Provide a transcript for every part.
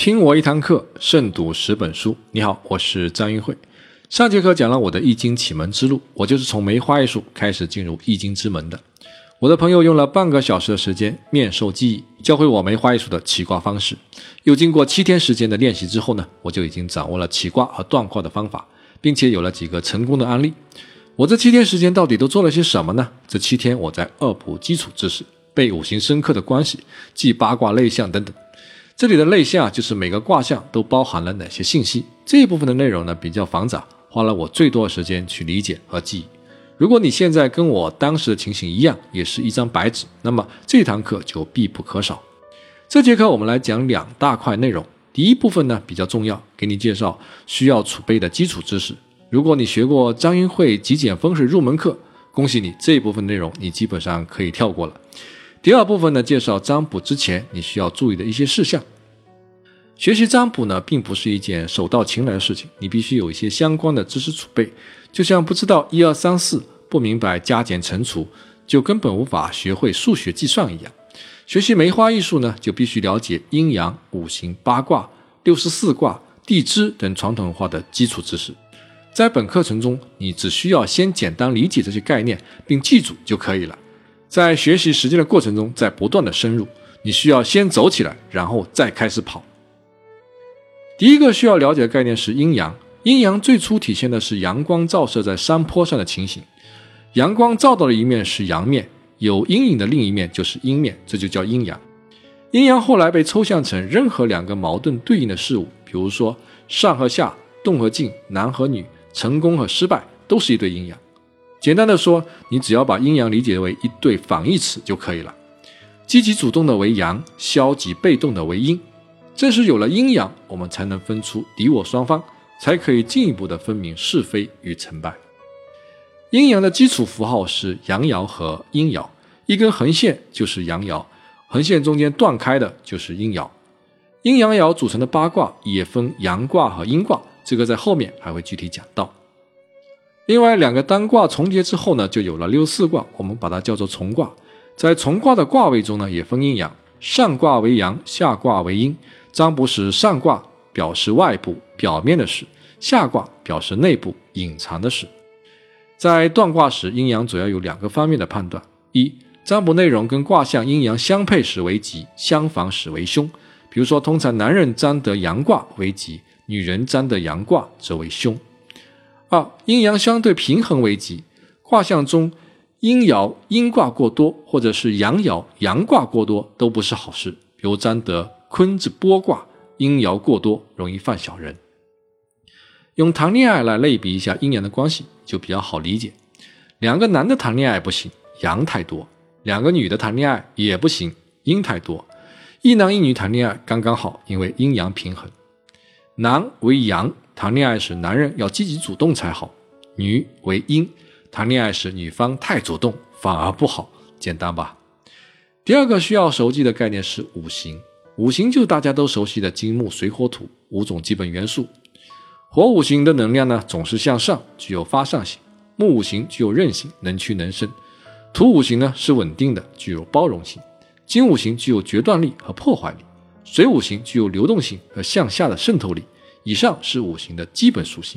听我一堂课，胜读10本书。你好，我是张云慧。上节课讲了我的易经启蒙之路，我就是从梅花易数开始进入易经之门的。我的朋友用了半个小时的时间面授机宜，教会我梅花易数的起卦方式。又经过7天时间的练习之后呢，我就已经掌握了起卦和断卦的方法，并且有了几个成功的案例。我这7天时间到底都做了些什么呢？这7天我在恶补基础知识，背五行深刻的关系，记八卦类象等等。这里的类象就是每个卦象都包含了哪些信息，这一部分的内容呢比较繁杂，花了我最多的时间去理解和记忆。如果你现在跟我当时的情形一样，也是一张白纸，那么这堂课就必不可少。这节课我们来讲2大块内容。第一部分呢比较重要，给你介绍需要储备的基础知识。如果你学过张云慧极简风水入门课，恭喜你，这一部分内容你基本上可以跳过了。第二部分呢，介绍占卜之前你需要注意的一些事项。学习占卜呢，并不是一件手到擒来的事情，你必须有一些相关的知识储备。就像不知道1、2、3、4，不明白加减乘除，就根本无法学会数学计算一样。学习梅花易数呢，就必须了解阴阳、五行、八卦、64卦、地支等传统文化的基础知识。在本课程中，你只需要先简单理解这些概念，并记住就可以了。在学习实践的过程中，在不断的深入，你需要先走起来，然后再开始跑。第一个需要了解的概念是阴阳。阴阳最初体现的是阳光照射在山坡上的情形。阳光照到的一面是阳面，有阴影的另一面就是阴面，这就叫阴阳。阴阳后来被抽象成任何2个矛盾对应的事物，比如说上和下、动和静、男和女、成功和失败，都是一对阴阳。简单的说，你只要把阴阳理解为一对反义词就可以了。积极主动的为阳，消极被动的为阴。正是有了阴阳，我们才能分出敌我双方，才可以进一步的分明是非与成败。阴阳的基础符号是阳爻和阴爻，一根横线就是阳爻，横线中间断开的就是阴爻。阴阳爻组成的八卦也分阳卦和阴卦，这个在后面还会具体讲到。另外2个单卦重叠之后呢，就有了64卦，我们把它叫做重卦。在重卦的卦位中呢，也分阴阳，上卦为阳，下卦为阴。占卜时，上卦表示外部表面的事，下卦表示内部隐藏的事。在断卦时，阴阳主要有2个方面的判断：一、占卜内容跟卦象阴阳相配时为吉，相反时为凶。比如说，通常男人占得阳卦为吉，女人占得阳卦则为凶。2、阴阳相对平衡为吉，卦象中阴爻阴卦过多，或者是阳爻阳卦过多都不是好事。比如占得坤之剥卦，阴爻过多容易犯小人。用谈恋爱来类比一下阴阳的关系就比较好理解。2个男的谈恋爱不行，阳太多；2个女的谈恋爱也不行，阴太多。一男一女谈恋爱刚刚好，因为阴阳平衡。男为阳，谈恋爱时男人要积极主动才好；女为阴，谈恋爱时女方太主动反而不好。简单吧？第2个需要熟记的概念是五行。五行就是大家都熟悉的金木水火土5种基本元素。火五行的能量呢，总是向上，具有发散性；木五行具有韧性，能屈能伸；土五行呢是稳定的，具有包容性；金五行具有决断力和破坏力；水五行具有流动性和向下的渗透力。以上是五行的基本属性。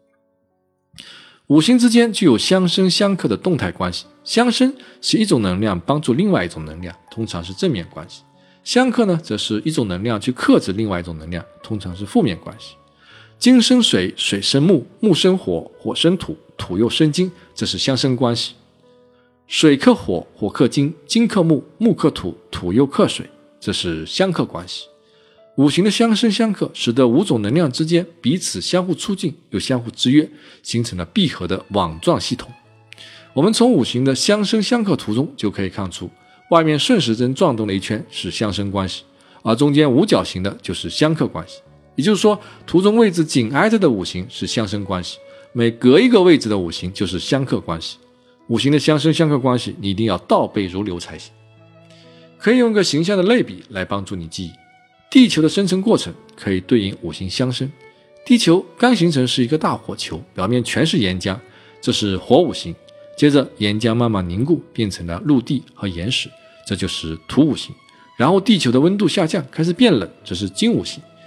五行之间具有相生相克的动态关系，相生是一种能量帮助另外一种能量，通常是正面关系；相克呢，则是一种能量去克制另外一种能量，通常是负面关系。金生水，水生木，木生火，火生土，土又生金，这是相生关系。水克火，火克金，金克木，木克土，土又克水，这是相克关系。五行的相生相克，使得5种能量之间彼此相互促进又相互制约，形成了闭合的网状系统。我们从五行的相生相克图中就可以看出，外面顺时针转动的一圈是相生关系，而中间五角形的就是相克关系。也就是说，图中位置紧挨着的五行是相生关系，每隔一个位置的五行就是相克关系。五行的相生相克关系你一定要倒背如流才行。可以用个形象的类比来帮助你记忆。地球的生成过程可以对应五行相生。地球刚形成是一个大火球，表面全是岩浆，这是火五行。接着岩浆慢慢凝固，变成了陆地和岩石，这就是土五行。然后地球的温度下降，开始变冷，这是金五行。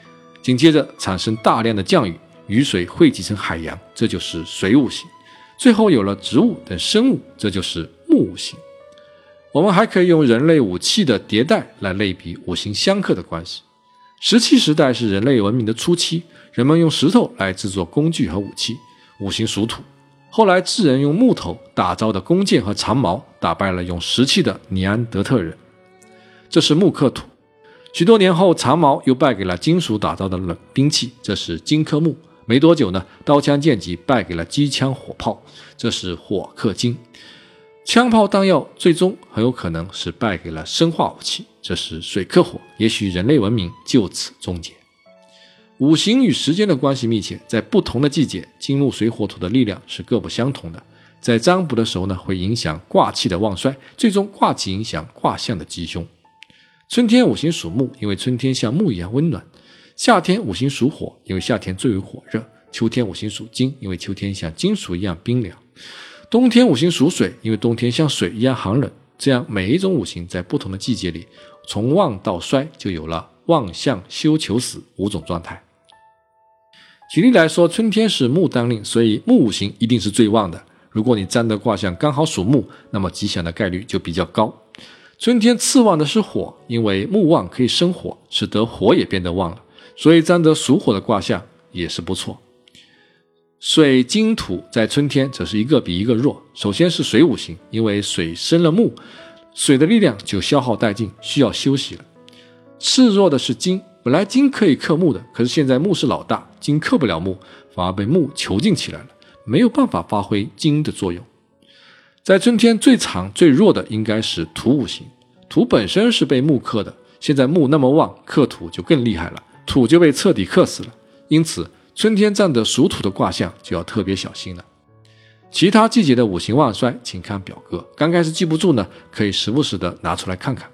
紧接着产生大量的降雨，雨水汇集成海洋，这就是水五行。最后有了植物等生物，这就是木五行。我们还可以用人类武器的迭代来类比五行相克的关系。石器时代是人类文明的初期，人们用石头来制作工具和武器，五行属土。后来智人用木头打造的弓箭和长矛打败了用石器的尼安德特人，这是木克土。许多年后，长矛又败给了金属打造的冷兵器，这是金克木。没多久呢，刀枪剑戟败给了机枪火炮，这是火克金。枪炮弹药最终很有可能是败给了生化武器，这是水克火，也许人类文明就此终结。五行与时间的关系密切，在不同的季节，金木水火土的力量是各不相同的。在占卜的时候呢，会影响卦气的旺衰，最终卦气影响卦象的吉凶。春天五行属木，因为春天像木一样温暖；夏天五行属火，因为夏天最为火热；秋天五行属金，因为秋天像金属一样冰凉；冬天五行属水，因为冬天像水一样寒冷。这样每一种五行在不同的季节里，从旺到衰就有了旺相休囚死5种状态。举例来说，春天是木当令，所以木五行一定是最旺的。如果你占的卦象刚好属木，那么吉祥的概率就比较高。春天次旺的是火，因为木旺可以生火，使得火也变得旺了，所以占得属火的卦象也是不错。水金土在春天则是一个比一个弱，首先是水五行，因为水生了木，水的力量就消耗殆尽，需要休息了。次弱的是金，本来金可以克木的，可是现在木是老大，金克不了木，反而被木囚禁起来了，没有办法发挥金的作用。在春天最长最弱的应该是土五行，土本身是被木克的，现在木那么旺，克土就更厉害了，土就被彻底克死了。因此春天占的属土的卦象就要特别小心了。其他季节的五行旺衰请看表格，刚开始记不住呢，可以时不时的拿出来看看。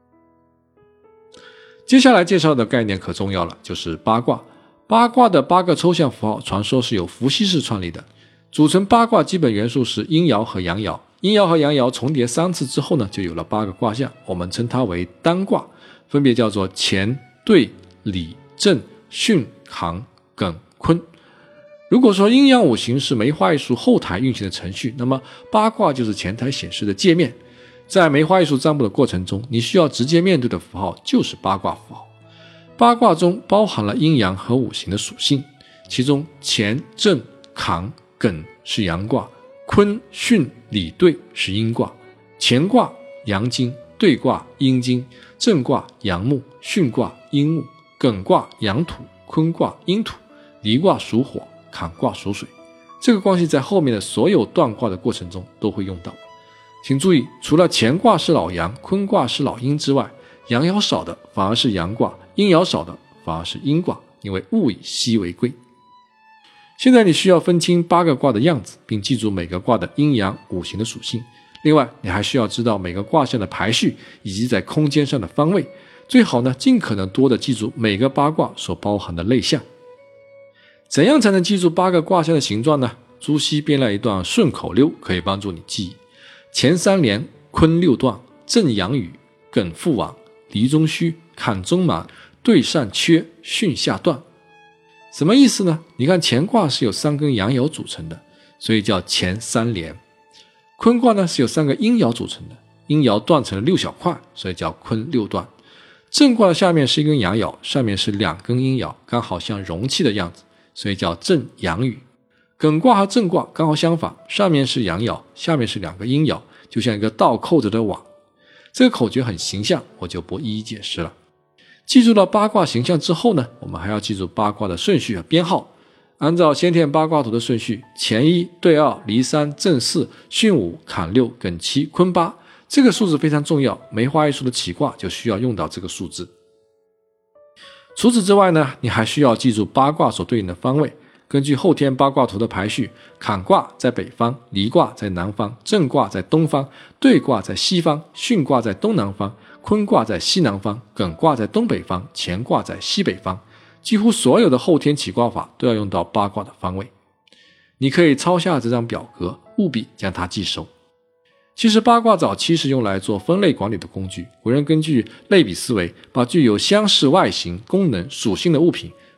接下来介绍的概念可重要了，就是八卦。八卦的8个抽象符号传说是由伏羲氏创立的，组成八卦基本元素是阴爻和阳爻，阴爻和阳爻重叠3次之后呢，就有了8个卦象，我们称它为单卦，分别叫做乾、兑、离、震、巽、坎、艮、坤。如果说阴阳五行是梅花易数后台运行的程序，那么八卦就是前台显示的界面。在梅花易数占卜的过程中，你需要直接面对的符号就是八卦符号。八卦中包含了阴阳和五行的属性，其中乾、震、坎、艮是阳卦，坤、巽、离、兑是阴卦。乾卦阳金，兑卦阴金，震卦阳木，巽卦阴木，艮卦阳土，坤卦阴土，离卦属火，坎卦属水。这个关系在后面的所有断卦的过程中都会用到。请注意，除了乾卦是老阳，坤卦是老阴之外，阳爻少的反而是阳卦，阴爻少的反而是阴卦，因为物以稀为贵。现在你需要分清8个卦的样子，并记住每个卦的阴阳五行的属性。另外，你还需要知道每个卦象的排序以及在空间上的方位。最好呢，尽可能多的记住每个八卦所包含的类象。怎样才能记住8个卦象的形状呢？朱熹编了一段顺口溜，可以帮助你记忆。乾3连，坤6段，震阳雨，艮复往，离中虚，坎中满，兑上缺，巽下断。什么意思呢？你看乾卦是由3根阳爻组成的，所以叫乾3连。坤卦呢是由3个阴爻组成的，阴爻断成了6小块，所以叫坤6段。震卦的下面是一根阳爻，上面是2根阴爻，刚好像容器的样子，所以叫震阳雨。艮卦和震卦刚好相反，上面是阳爻，下面是2个阴爻，就像一个倒扣着的网。这个口诀很形象，我就不一一解释了。记住了八卦形象之后呢，我们还要记住八卦的顺序和编号。按照先天八卦图的顺序，乾1，兑2，离3，震4，巽5，坎6，艮7，坤8。这个数字非常重要，梅花易数的起卦就需要用到这个数字。除此之外呢，你还需要记住八卦所对应的方位。根据后天八卦图的排序，坎卦在北方，离卦在南方，震卦在东方，兑卦在西方，巽卦在东南方，坤卦在西南方，艮卦在东北方，乾卦在西北方。几乎所有的后天起卦法都要用到八卦的方位。你可以抄下这张表格，务必将它记熟。其实八卦早期是用来做分类管理的工具，古人根据类比思维，把具有相似外形、功能、属性的物品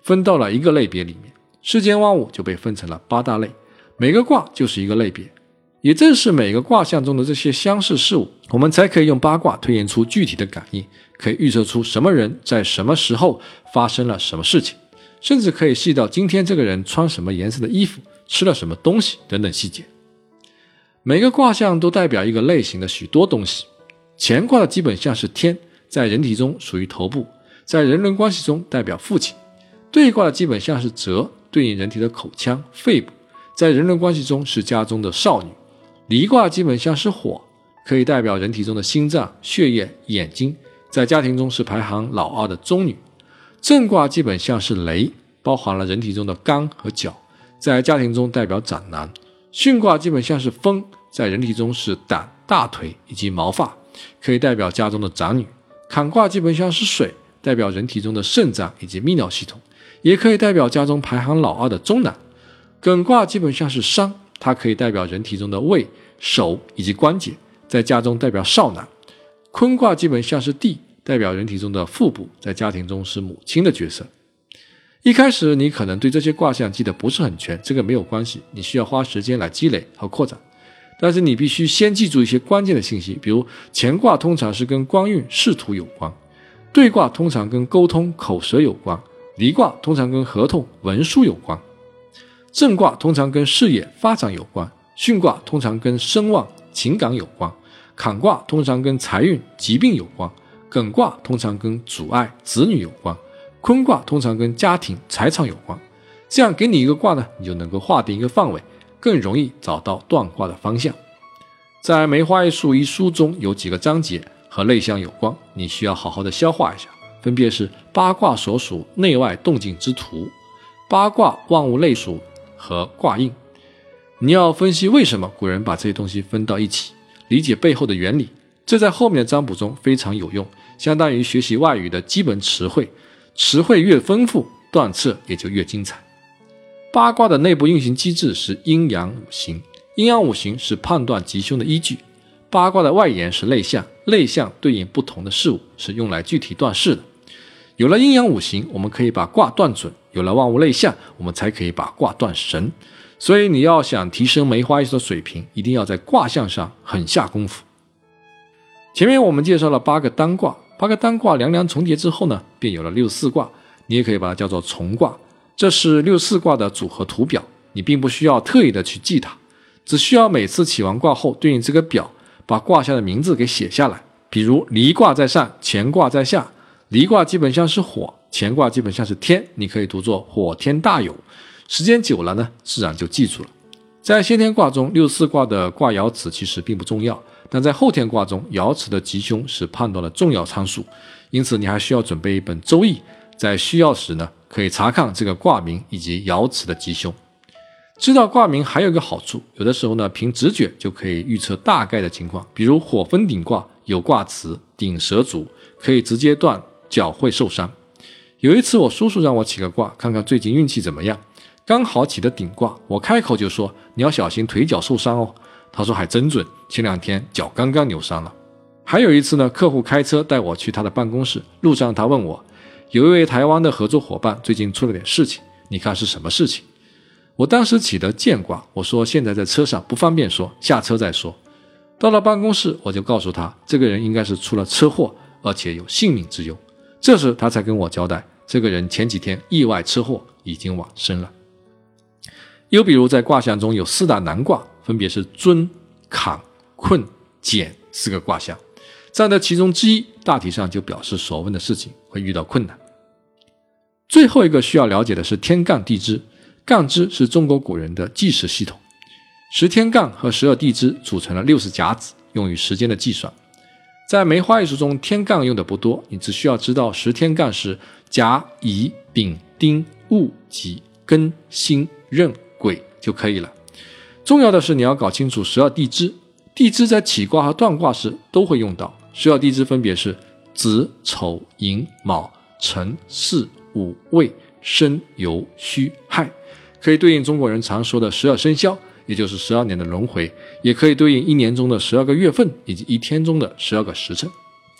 分到了一个类别里面，世间万物就被分成了8大类，每个卦就是一个类别。也正是每个卦象中的这些相似事物，我们才可以用八卦推演出具体的感应，可以预测出什么人在什么时候发生了什么事情，甚至可以细到今天这个人穿什么颜色的衣服，吃了什么东西等等细节。每个卦象都代表一个类型的许多东西。乾卦的基本象是天，在人体中属于头部，在人伦关系中代表父亲。兑卦的基本象是泽，对应人体的口腔、肺部，在人伦关系中是家中的少女。离卦基本象是火，可以代表人体中的心脏、血液、眼睛，在家庭中是排行老二的中女。震卦基本象是雷，包含了人体中的肝和脚，在家庭中代表长男。巽卦基本象是风，在人体中是胆、大腿以及毛发，可以代表家中的长女。坎卦基本象是水，代表人体中的肾脏以及泌尿系统，也可以代表家中排行老二的中男。艮卦基本象是商，它可以代表人体中的胃、手以及关节，在家中代表少男。坤卦基本象是地，代表人体中的腹部，在家庭中是母亲的角色。一开始你可能对这些卦象记得不是很全，这个没有关系，你需要花时间来积累和扩展。但是你必须先记住一些关键的信息，比如乾卦通常是跟官运、仕途有关，兑卦通常跟沟通、口舌有关，离卦通常跟合同、文书有关，震卦通常跟事业、发展有关，巽卦通常跟声望、情感有关，坎卦通常跟财运、疾病有关，艮卦通常跟阻碍、子女有关，坤卦通常跟家庭、财产有关。这样给你一个卦呢，你就能够划定一个范围，更容易找到断卦的方向。在《梅花易数》一书中有几个章节和类象有关，你需要好好的消化一下，分别是八卦所属内外动静之图、八卦万物类属和卦印。你要分析为什么古人把这些东西分到一起，理解背后的原理，这在后面的占卜中非常有用，相当于学习外语的基本词汇，词汇越丰富，断测也就越精彩。八卦的内部运行机制是阴阳五行，阴阳五行是判断吉凶的依据。八卦的外延是类象，类象对应不同的事物，是用来具体断事的。有了阴阳五行，我们可以把卦断准，有了万物类象，我们才可以把卦断神。所以你要想提升梅花易数的水平，一定要在卦象上狠下功夫。前面我们介绍了8个单卦，8个单卦两两重叠之后呢，便有了64卦，你也可以把它叫做重卦。这是64卦的组合图表，你并不需要特意的去记它，只需要每次起完卦后对应这个表，把卦象的名字给写下来。比如离卦在上，乾卦在下，离卦基本上是火，乾卦基本上是天，你可以读作火天大有。时间久了呢，自然就记住了。在先天卦中，64卦的卦爻辞其实并不重要，但在后天卦中，爻辞的吉凶是判断的重要参数，因此你还需要准备一本周易，在需要时呢，可以查看这个卦名以及爻辞的吉凶。知道卦名还有一个好处，有的时候呢，凭直觉就可以预测大概的情况，比如火风鼎卦有卦辞鼎蛇足，可以直接断脚会受伤。有一次我叔叔让我起个卦，看看最近运气怎么样，刚好起的鼎卦，我开口就说你要小心腿脚受伤哦。他说还真准，前2天脚刚刚扭伤了。还有一次呢，客户开车带我去他的办公室，路上他问我，有一位台湾的合作伙伴最近出了点事情，你看是什么事情？我当时起的剑卦，我说现在在车上不方便说，下车再说。到了办公室，我就告诉他，这个人应该是出了车祸，而且有性命之忧。这时他才跟我交代，这个人前几天意外车祸已经往生了。又比如在卦象中有4大难卦，分别是尊、坎、困、简4个卦象，占的其中之一，大体上就表示所问的事情会遇到困难。最后一个需要了解的是天干地支，干支是中国古人的计时系统，10天干和12地支组成了60甲子，用于时间的计算。在梅花易数中，天干用的不多，你只需要知道10天干是甲、乙、丙、丁、戊、己、庚、辛、壬、癸就可以了。重要的是你要搞清楚12地支，地支在起卦和断卦时都会用到。12地支分别是子、丑、寅、卯、辰、巳、午、未、申、酉、戌、亥，可以对应中国人常说的12生肖，也就是12年的轮回，也可以对应一年中的12个月份以及一天中的12个时辰。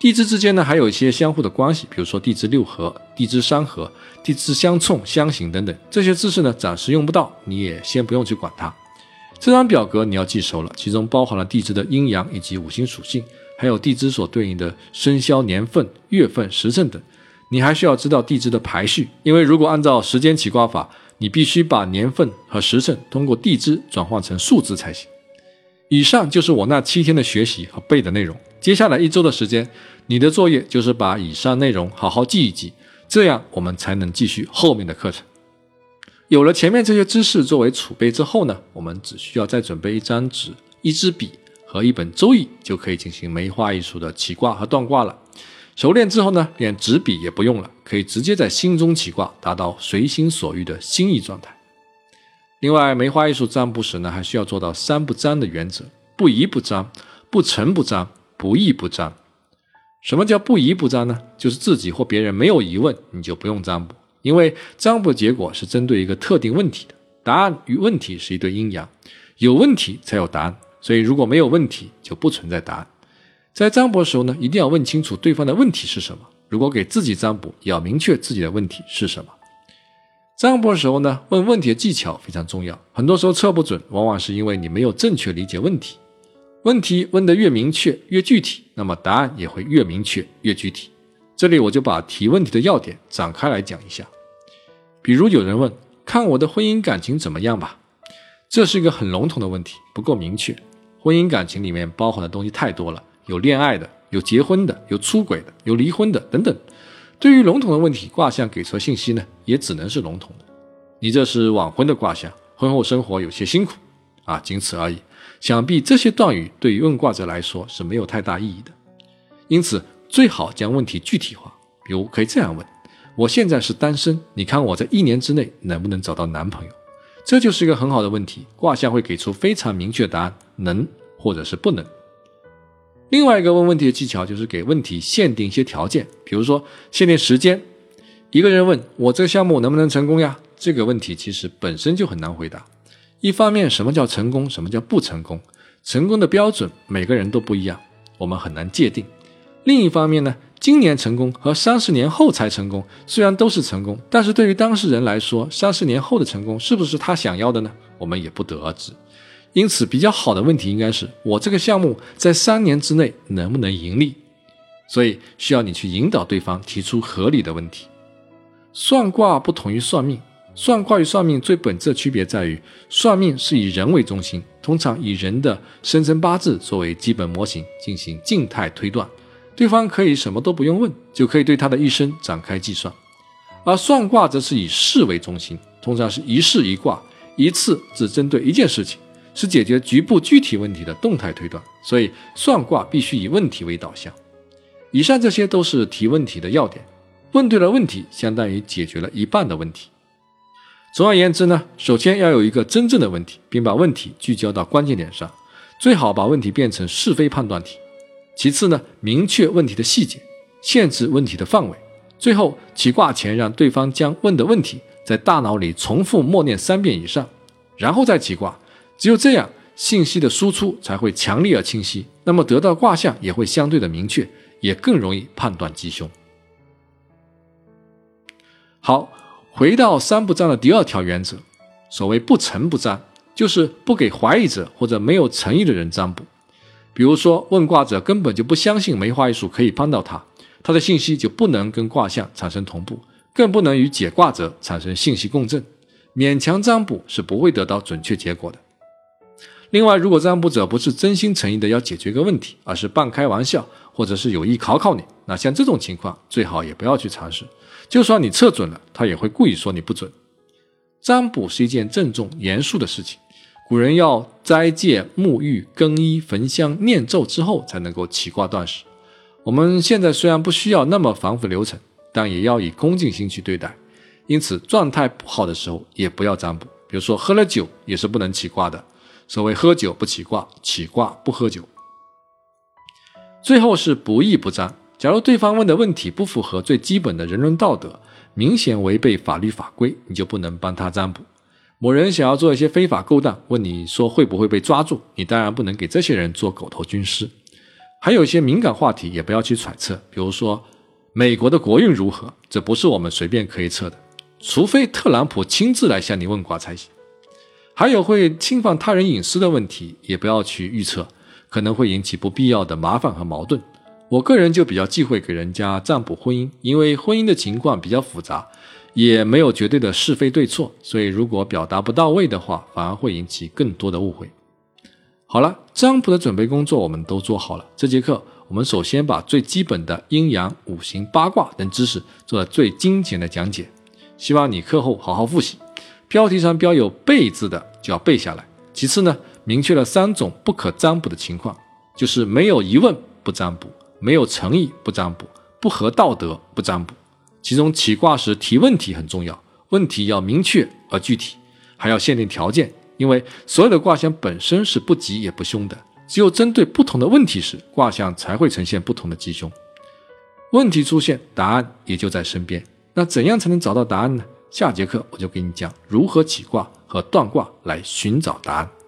地支之间呢还有一些相互的关系，比如说地支六合、地支三合、地支相冲、相刑等等，这些知识呢暂时用不到，你也先不用去管它。这张表格你要记熟了，其中包含了地支的阴阳以及五行属性，还有地支所对应的生肖、年份、月份、时辰等。你还需要知道地支的排序，因为如果按照时间起卦法，你必须把年份和时辰通过地支转换成数字才行。以上就是我那7天的学习和背的内容，接下来1周的时间，你的作业就是把以上内容好好记一记，这样我们才能继续后面的课程。有了前面这些知识作为储备之后呢，我们只需要再准备一张纸、一支笔和一本周易，就可以进行梅花易数的起卦和断卦了。熟练之后呢，连纸笔也不用了，可以直接在心中起卦，达到随心所欲的心意状态。另外，梅花易数占卜时呢，还需要做到3不占的原则：不疑不占，不成不占，不疑不占。什么叫不疑不占呢？就是自己或别人没有疑问，你就不用占卜，因为占卜结果是针对一个特定问题的，答案与问题是一对阴阳，有问题才有答案，所以如果没有问题，就不存在答案。在占卜的时候呢，一定要问清楚对方的问题是什么，如果给自己占卜，也要明确自己的问题是什么。占卜的时候呢，问问题的技巧非常重要，很多时候测不准，往往是因为你没有正确理解问题。问题问得越明确越具体，那么答案也会越明确越具体。这里我就把提问题的要点展开来讲一下。比如有人问，看我的婚姻感情怎么样吧，这是一个很笼统的问题，不够明确。婚姻感情里面包含的东西太多了，有恋爱的，有结婚的，有出轨的，有离婚的等等。对于笼统的问题，卦象给出的信息呢，也只能是笼统的。你这是晚婚的卦象，婚后生活有些辛苦啊，仅此而已。想必这些断语对于问卦者来说是没有太大意义的。因此最好将问题具体化，比如可以这样问：我现在是单身，你看我在1年之内能不能找到男朋友？这就是一个很好的问题，卦象会给出非常明确答案，能或者是不能。另外一个问问题的技巧就是给问题限定一些条件，比如说限定时间。一个人问我这个项目能不能成功呀？这个问题其实本身就很难回答。一方面，什么叫成功，什么叫不成功？成功的标准每个人都不一样，我们很难界定。另一方面呢，今年成功和30年后才成功，虽然都是成功，但是对于当事人来说，30年后的成功是不是他想要的呢？我们也不得而知。因此比较好的问题应该是，我这个项目在3年之内能不能盈利？所以需要你去引导对方提出合理的问题。算卦不同于算命，算卦与算命最本质的区别在于，算命是以人为中心，通常以人的生辰八字作为基本模型进行静态推断，对方可以什么都不用问，就可以对他的一生展开计算。而算卦则是以事为中心，通常是一事一卦，一次只针对一件事情，是解决局部具体问题的动态推断，所以算卦必须以问题为导向。以上这些都是提问题的要点，问对了问题，相当于解决了一半的问题。总而言之呢，首先要有一个真正的问题，并把问题聚焦到关键点上，最好把问题变成是非判断题。其次呢，明确问题的细节，限制问题的范围。最后，起卦前让对方将问的问题在大脑里重复默念3遍以上，然后再起卦。只有这样，信息的输出才会强烈而清晰，那么得到卦象也会相对的明确，也更容易判断吉凶。好，回到3不占的第2条原则，所谓不成不占，就是不给怀疑者或者没有诚意的人占卜。比如说问卦者根本就不相信梅花易数可以帮到他，他的信息就不能跟卦象产生同步，更不能与解卦者产生信息共振，勉强占卜是不会得到准确结果的。另外，如果占卜者不是真心诚意的要解决个问题，而是半开玩笑，或者是有意考考你，那像这种情况最好也不要去尝试，就算你测准了，他也会故意说你不准。占卜是一件郑重严肃的事情，古人要斋戒、沐浴、更衣、焚香、念咒之后才能够起卦断食。我们现在虽然不需要那么繁复流程，但也要以恭敬心去对待，因此状态不好的时候也不要占卜，比如说喝了酒也是不能起卦的。所谓喝酒不起卦，起卦不喝酒。最后是不义不占，假如对方问的问题不符合最基本的人伦道德，明显违背法律法规，你就不能帮他占卜。某人想要做一些非法勾当，问你说会不会被抓住，你当然不能给这些人做狗头军师。 还有一些敏感话题也不要去揣测，比如说美国的国运如何，这不是我们随便可以测的，除非特朗普亲自来向你问卦才行。还有会侵犯他人隐私的问题，也不要去预测，可能会引起不必要的麻烦和矛盾。我个人就比较忌讳给人家占卜婚姻，因为婚姻的情况比较复杂，也没有绝对的是非对错，所以如果表达不到位的话，反而会引起更多的误会。好了，占卜的准备工作我们都做好了。这节课我们首先把最基本的阴阳、五行、八卦等知识做了最精简的讲解，希望你课后好好复习。标题上标有背字的就要背下来。其次呢，明确了3种不可占卜的情况，就是没有疑问不占卜，没有诚意不占卜，不合道德不占卜。其中起卦时提问题很重要，问题要明确而具体，还要限定条件，因为所有的卦象本身是不吉也不凶的，只有针对不同的问题时，卦象才会呈现不同的吉凶。问题出现，答案也就在身边。那怎样才能找到答案呢？下节课我就给你讲如何起卦和断卦来寻找答案。